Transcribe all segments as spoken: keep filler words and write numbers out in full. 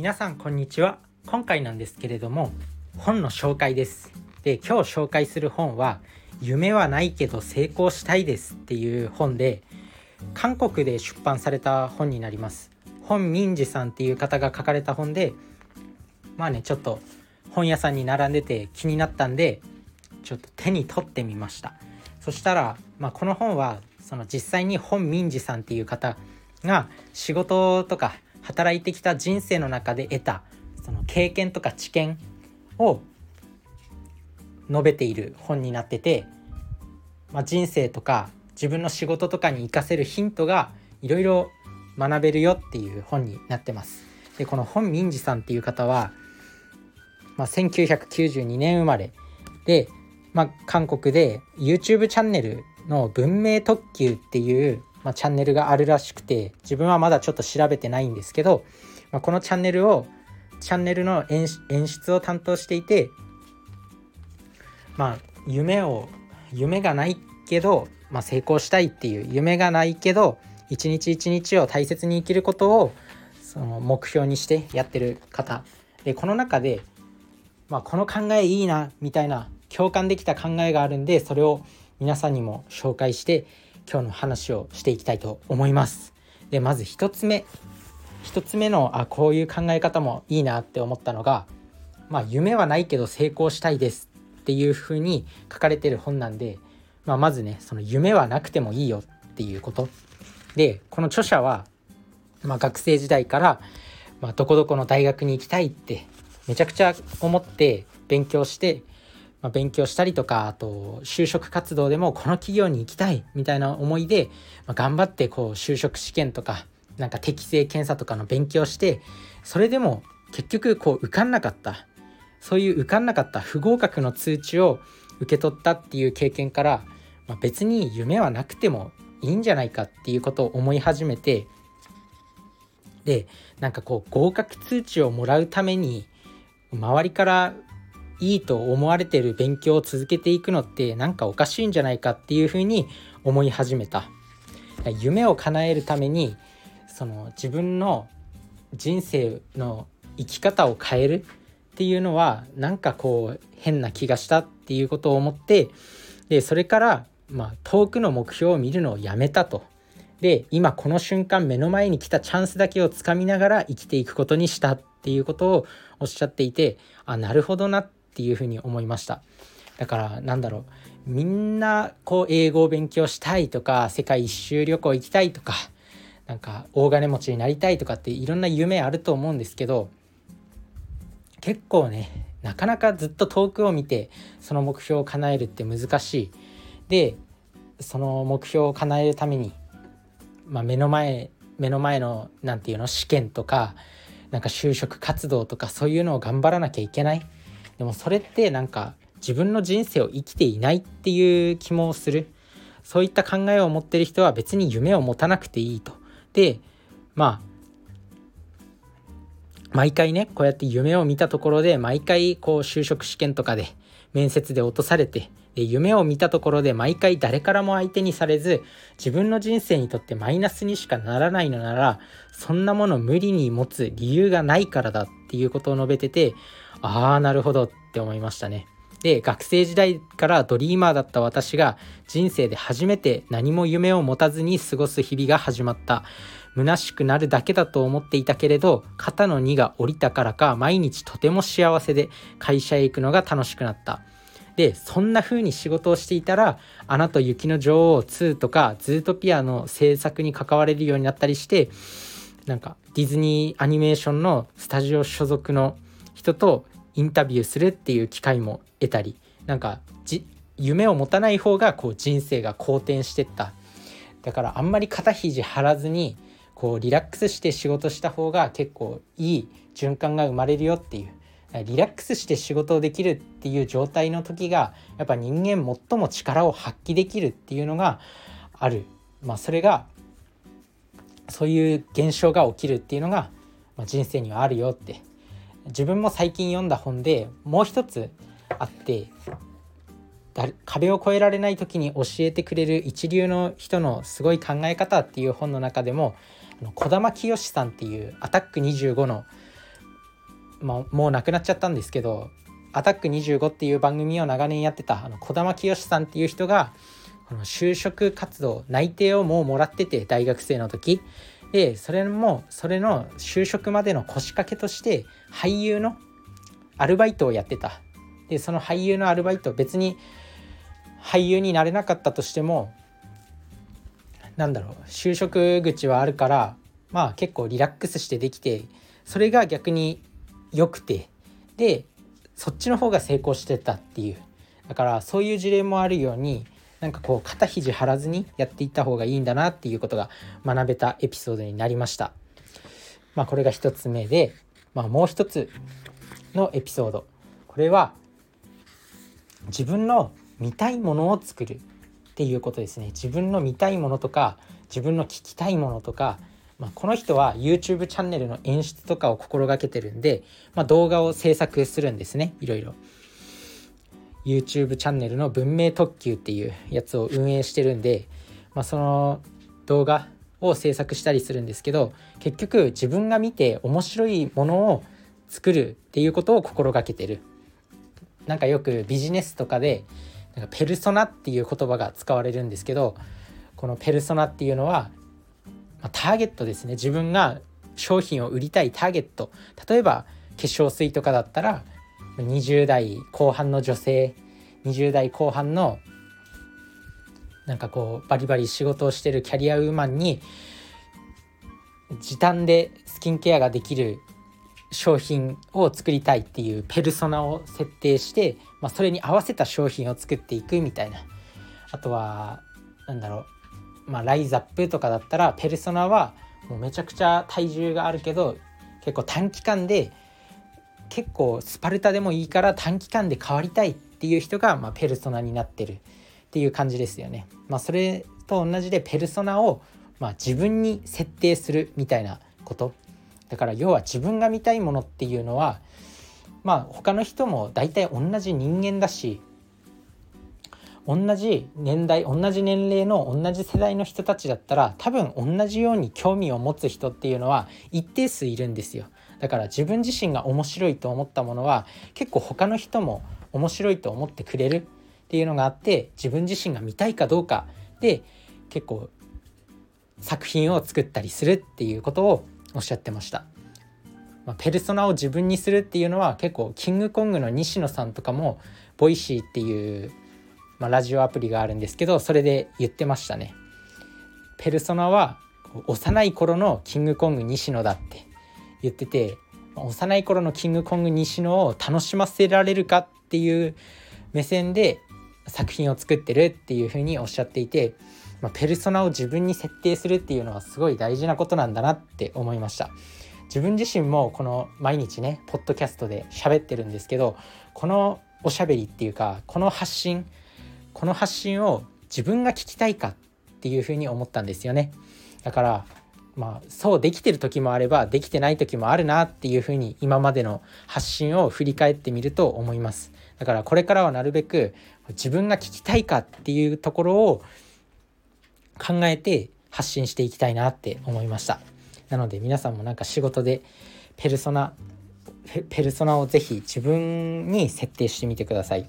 皆さんこんにちは。今回なんですけれども本の紹介です。で、今日紹介する本は夢はないけど成功したいですっていう本で、韓国で出版された本になります。本民治さんっていう方が書かれた本で、まあねちょっと本屋さんに並んでて気になったんでちょっと手に取ってみました。そしたら、まあ、この本はその実際に本民治さんっていう方が仕事とか働いてきた人生の中で得たその経験とか知見を述べている本になってて、まあ、人生とか自分の仕事とかに活かせるヒントがいろいろ学べるよっていう本になってます。で、この本民治さんっていう方は、まあ、せんきゅうひゃくきゅうじゅうにねん生まれで、まあ、韓国で YouTube チャンネルの文明特急っていうまあ、チャンネルがあるらしくて、自分はまだちょっと調べてないんですけど、まあ、このチャンネルをチャンネルの演出を担当していて、まあ夢を夢がないけど、まあ、成功したいっていう夢がないけど一日一日を大切に生きることをその目標にしてやってる方で、この中で、まあ、この考えいいなみたいな共感できた考えがあるんで、それを皆さんにも紹介して今日の話をしていきたいと思います。で、まず一つ目一つ目のあこういう考え方もいいなって思ったのが、まあ夢はないけど成功したいですっていう風に書かれてる本なんで、まあ、まずねその夢はなくてもいいよっていうことで、この著者は、まあ、学生時代から、まあ、どこどこの大学に行きたいってめちゃくちゃ思って勉強してまあ、勉強したりとか、あと就職活動でもこの企業に行きたいみたいな思いで、まあ、頑張ってこう就職試験とかなんか適性検査とかの勉強して、それでも結局こう受かんなかった、そういう受かんなかった不合格の通知を受け取ったっていう経験から、まあ、別に夢はなくてもいいんじゃないかっていうことを思い始めて、でなんかこう合格通知をもらうために周りからいいと思われている勉強を続けていくのってなんかおかしいんじゃないかっていうふうに思い始めた。夢を叶えるためにその自分の人生の生き方を変えるっていうのはなんかこう変な気がしたっていうことを思って、でそれからまあ遠くの目標を見るのをやめたと。で今この瞬間目の前に来たチャンスだけをつかみながら生きていくことにしたっていうことをおっしゃっていて、あなるほどなっていうふうに思いました。だからなんだろう、みんなこう英語を勉強したいとか世界一周旅行行きたいとかなんか大金持ちになりたいとかっていろんな夢あると思うんですけど、結構ねなかなかずっと遠くを見てその目標を叶えるって難しい。でその目標を叶えるために、まあ、目の前目の前のなんていうの試験とかなんか就職活動とかそういうのを頑張らなきゃいけない。でもそれってなんか自分の人生を生きていないっていう気もする。そういった考えを持ってる人は別に夢を持たなくていいと。でまあ毎回ねこうやって夢を見たところで毎回こう就職試験とかで面接で落とされて、で夢を見たところで毎回誰からも相手にされず自分の人生にとってマイナスにしかならないのなら、そんなもの無理に持つ理由がないからだっていうことを述べてて、ああなるほどって思いましたね。で学生時代からドリーマーだった私が人生で初めて何も夢を持たずに過ごす日々が始まった。虚しくなるだけだと思っていたけれど肩の荷が下りたからか毎日とても幸せで会社へ行くのが楽しくなった。でそんな風に仕事をしていたらアナと雪の女王ツーとかズートピアの制作に関われるようになったりして、なんかディズニーアニメーションのスタジオ所属の人とインタビューするっていう機会も得たり、なんかじ夢を持たない方がこう人生が好転してった。だからあんまり肩肘張らずにこうリラックスして仕事した方が結構いい循環が生まれるよっていう、リラックスして仕事をできるっていう状態の時がやっぱ人間最も力を発揮できるっていうのがある。まあそれがそういう現象が起きるっていうのが、まあ、人生にはあるよって自分も最近読んだ本でもう一つあって、壁を越えられない時に教えてくれる一流の人のすごい考え方っていう本の中でも小玉清さんっていうアタックにじゅうごのまあ、もう亡くなっちゃったんですけど、アタックにじゅうごっていう番組を長年やってたあの児玉清さんっていう人が、この就職活動内定をもうもらってて、大学生の時で、それもそれの就職までの腰掛けとして俳優のアルバイトをやってた。でその俳優のアルバイト、別に俳優になれなかったとしても、なんだろう、就職口はあるから、まあ結構リラックスしてできて、それが逆に良くて、でそっちの方が成功してたっていう。だからそういう事例もあるように、なんかこう肩肘張らずにやっていった方がいいんだなっていうことが学べたエピソードになりました。まあこれが一つ目で、まあ、もう一つのエピソード、これは自分の見たいものを作るっていうことですね。自分の見たいものとか、自分の聞きたいものとか、まあ、この人は YouTube チャンネルの演出とかを心がけてるんで、まあ、動画を制作するんですね。いろいろ YouTube チャンネルの文明特急っていうやつを運営してるんで、まあ、その動画を制作したりするんですけど、結局自分が見て面白いものを作るっていうことを心がけてる。なんかよくビジネスとかでなんかペルソナっていう言葉が使われるんですけど、このペルソナっていうのは、まあ、ターゲットですね。自分が商品を売りたいターゲット、例えば化粧水とかだったらにじゅう代後半の女性、にじゅう代後半のなんかこうバリバリ仕事をしてるキャリアウーマンに時短でスキンケアができる商品を作りたいっていうペルソナを設定して、まあ、それに合わせた商品を作っていくみたいな。あとはなんだろう、まあ、ライザップとかだったらペルソナはもうめちゃくちゃ体重があるけど、結構短期間で、結構スパルタでもいいから短期間で変わりたいっていう人が、まあ、ペルソナになってるっていう感じですよね。まあ、それと同じでペルソナを、まあ、自分に設定するみたいなことだから、要は自分が見たいものっていうのは、まあ他の人も大体同じ人間だし、同じ年代、同じ年齢の同じ世代の人たちだったら、多分同じように興味を持つ人っていうのは一定数いるんですよ。だから自分自身が面白いと思ったものは結構他の人も面白いと思ってくれるっていうのがあって、自分自身が見たいかどうかで結構作品を作ったりするっていうことをおっしゃってました。まあ、ペルソナを自分にするっていうのは結構キングコングの西野さんとかもボイシーっていう、まあ、ラジオアプリがあるんですけど、それで言ってましたね。ペルソナは幼い頃のキングコング西野だって言ってて、幼い頃のキングコング西野を楽しませられるかっていう目線で作品を作ってるっていうふうにおっしゃっていて、まあ、ペルソナを自分に設定するっていうのはすごい大事なことなんだなって思いました。自分自身もこの毎日ねポッドキャストで喋ってるんですけど、このおしゃべりっていうか、この発信この発信を自分が聞きたいかっていうふうに思ったんですよね。だからまあそうできてる時もあればできてない時もあるなっていうふうに、今までの発信を振り返ってみると思います。だからこれからはなるべく自分が聞きたいかっていうところを考えて発信していきたいなって思いました。なので皆さんもなんか仕事でペルソナペルソナをぜひ自分に設定してみてください。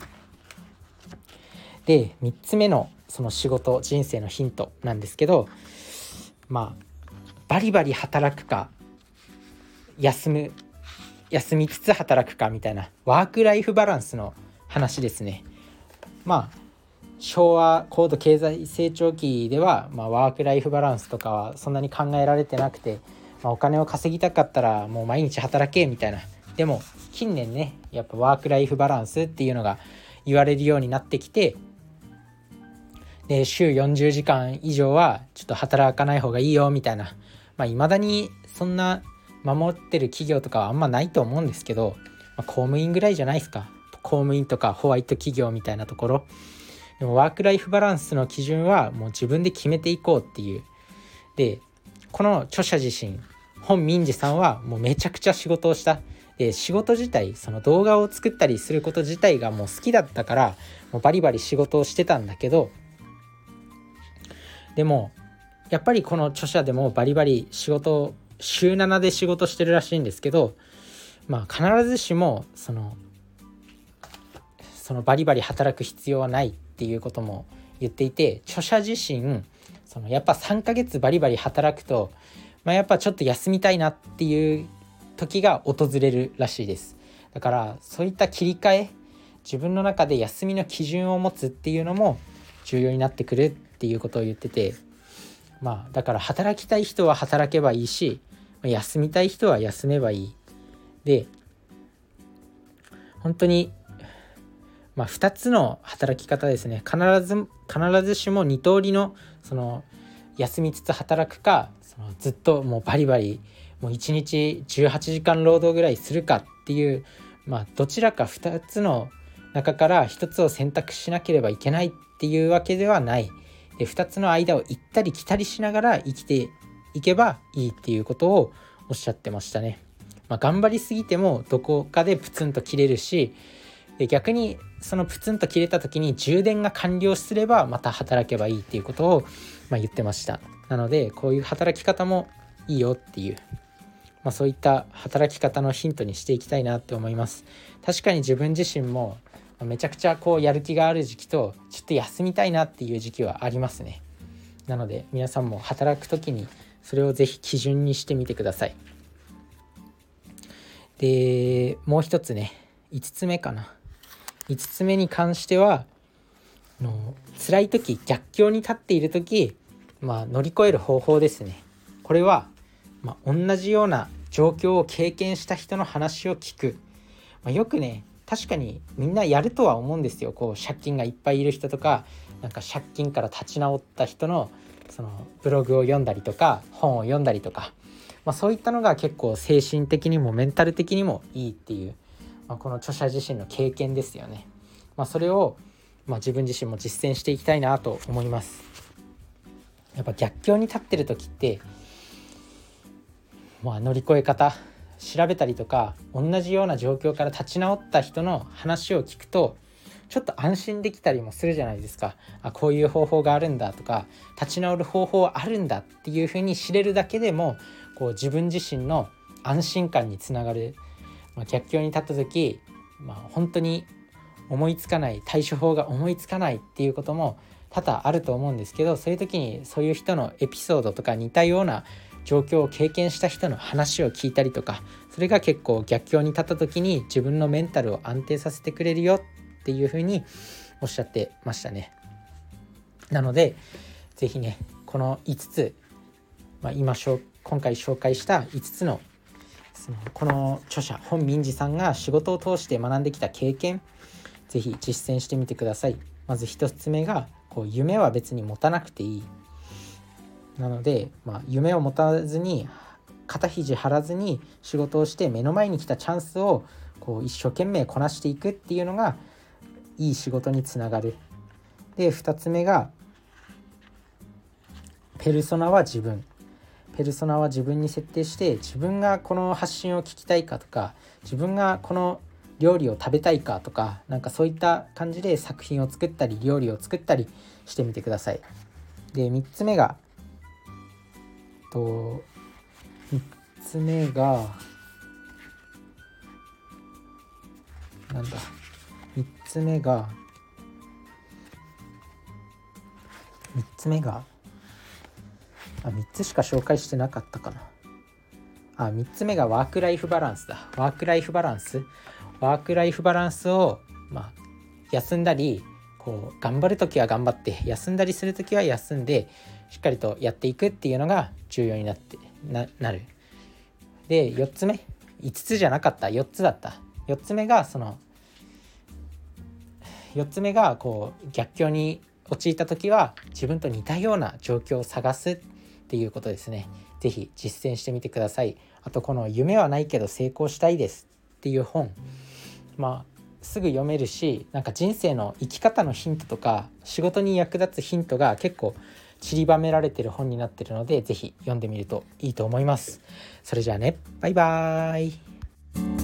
でみっつめのその仕事人生のヒントなんですけど、まあバリバリ働くか休む休みつつ働くかみたいなワークライフバランスの話ですね。まあ昭和高度経済成長期では、まあ、ワークライフバランスとかはそんなに考えられてなくて、まあ、お金を稼ぎたかったらもう毎日働けみたいな。でも近年ね、やっぱワークライフバランスっていうのが言われるようになってきて、で週よんじゅうじかん以上はちょっと働かない方がいいよみたいな、まあ、未だにそんな守ってる企業とかはあんまないと思うんですけど、まあ、公務員ぐらいじゃないですか。公務員とかホワイト企業みたいなところでもワークライフバランスの基準はもう自分で決めていこうっていう。でこの著者自身本民次さんはもうめちゃくちゃ仕事をした。で仕事自体、その動画を作ったりすること自体がもう好きだったからもうバリバリ仕事をしてたんだけど、でもやっぱりこの著者でもバリバリ仕事週ななで仕事してるらしいんですけど、 まあ必ずしもそのそのバリバリ働く必要はないっていうことも言っていて、著者自身そのやっぱさんかげつバリバリ働くと、まあ、やっぱちょっと休みたいなっていう時が訪れるらしいです。だからそういった切り替え、自分の中で休みの基準を持つっていうのも重要になってくるっていうことを言ってて、まあだから働きたい人は働けばいいし、休みたい人は休めばいい。で本当にまあふたつの働き方ですね。必ず必ずしもに通りのその休みつつ働くか、そのずっともうバリバリもういちにちじゅうはちじかん労働ぐらいするかっていう、まあどちらかふたつの中からひとつを選択しなければいけないっていうわけではない。でふたつの間を行ったり来たりしながら生きていけばいいっていうことをおっしゃってましたね。まあ、頑張りすぎてもどこかでプツンと切れるし、で逆にそのプツンと切れた時に充電が完了すればまた働けばいいっていうことを、まあ、言ってました。なのでこういう働き方もいいよっていう、まあ、そういった働き方のヒントにしていきたいなって思います。確かに自分自身もめちゃくちゃこうやる気がある時期とちょっと休みたいなっていう時期はありますね。なので皆さんも働く時にそれをぜひ基準にしてみてください。でもう一つね、いつつめかな。いつつめに関してはあの辛い時、逆境に立っている時、まあ、乗り越える方法ですね。これは、まあ、同じような状況を経験した人の話を聞く、まあ、よくね確かにみんなやるとは思うんですよ。こう借金がいっぱいいる人とか、なんか借金から立ち直った人のそのブログを読んだりとか本を読んだりとか、まあ、そういったのが結構精神的にもメンタル的にもいいっていう、まあ、この著者自身の経験ですよね。まあ、それを、まあ、自分自身も実践していきたいなと思います。やっぱ逆境に立ってる時って、まあ、乗り越え方調べたりとか、同じような状況から立ち直った人の話を聞くとちょっと安心できたりもするじゃないですか。あ、こういう方法があるんだとか、立ち直る方法はあるんだっていうふうに知れるだけでも、こう自分自身の安心感につながる。まあ、逆境に立った時、まあ、本当に思いつかない、対処法が思いつかないっていうことも多々あると思うんですけど、そういう時にそういう人のエピソードとか似たような状況を経験した人の話を聞いたりとか、それが結構逆境に立った時に自分のメンタルを安定させてくれるよっていうふうにおっしゃってましたね。なのでぜひね、このいつつ、まあ、今今回紹介したいつつのそのこの著者本民次さんが仕事を通して学んできた経験、ぜひ実践してみてください。まず一つ目がこう夢は別に持たなくていい。なので、まあ、夢を持たずに肩肘張らずに仕事をして、目の前に来たチャンスをこう一生懸命こなしていくっていうのがいい仕事につながる。でふたつめがペルソナは自分。ペルソナは自分に設定して、自分がこの発信を聞きたいかとか、自分がこの料理を食べたいかとか、なんかそういった感じで作品を作ったり料理を作ったりしてみてください。でみっつめがとみっつめがなんだみっつめがみっつめがあみっつしか紹介してなかったかな。あみっつめがワークライフバランスだ。ワークライフバランスワークライフバランスを、まあ、休んだりこう頑張るときは頑張って、休んだりするときは休んで、しっかりとやっていくっていうのが重要になって な, なる。でよっつめいつつじゃなかった、よっつだった。よっつめがそのよっつめがこう逆境に陥ったときは自分と似たような状況を探すっていうことですね。ぜひ実践してみてください。あとこの夢はないけど成功したいですっていう本、まあすぐ読めるし、なんか人生の生き方のヒントとか仕事に役立つヒントが結構散りばめられてる本になってるので、ぜひ読んでみるといいと思います。それじゃあね、バイバーイ。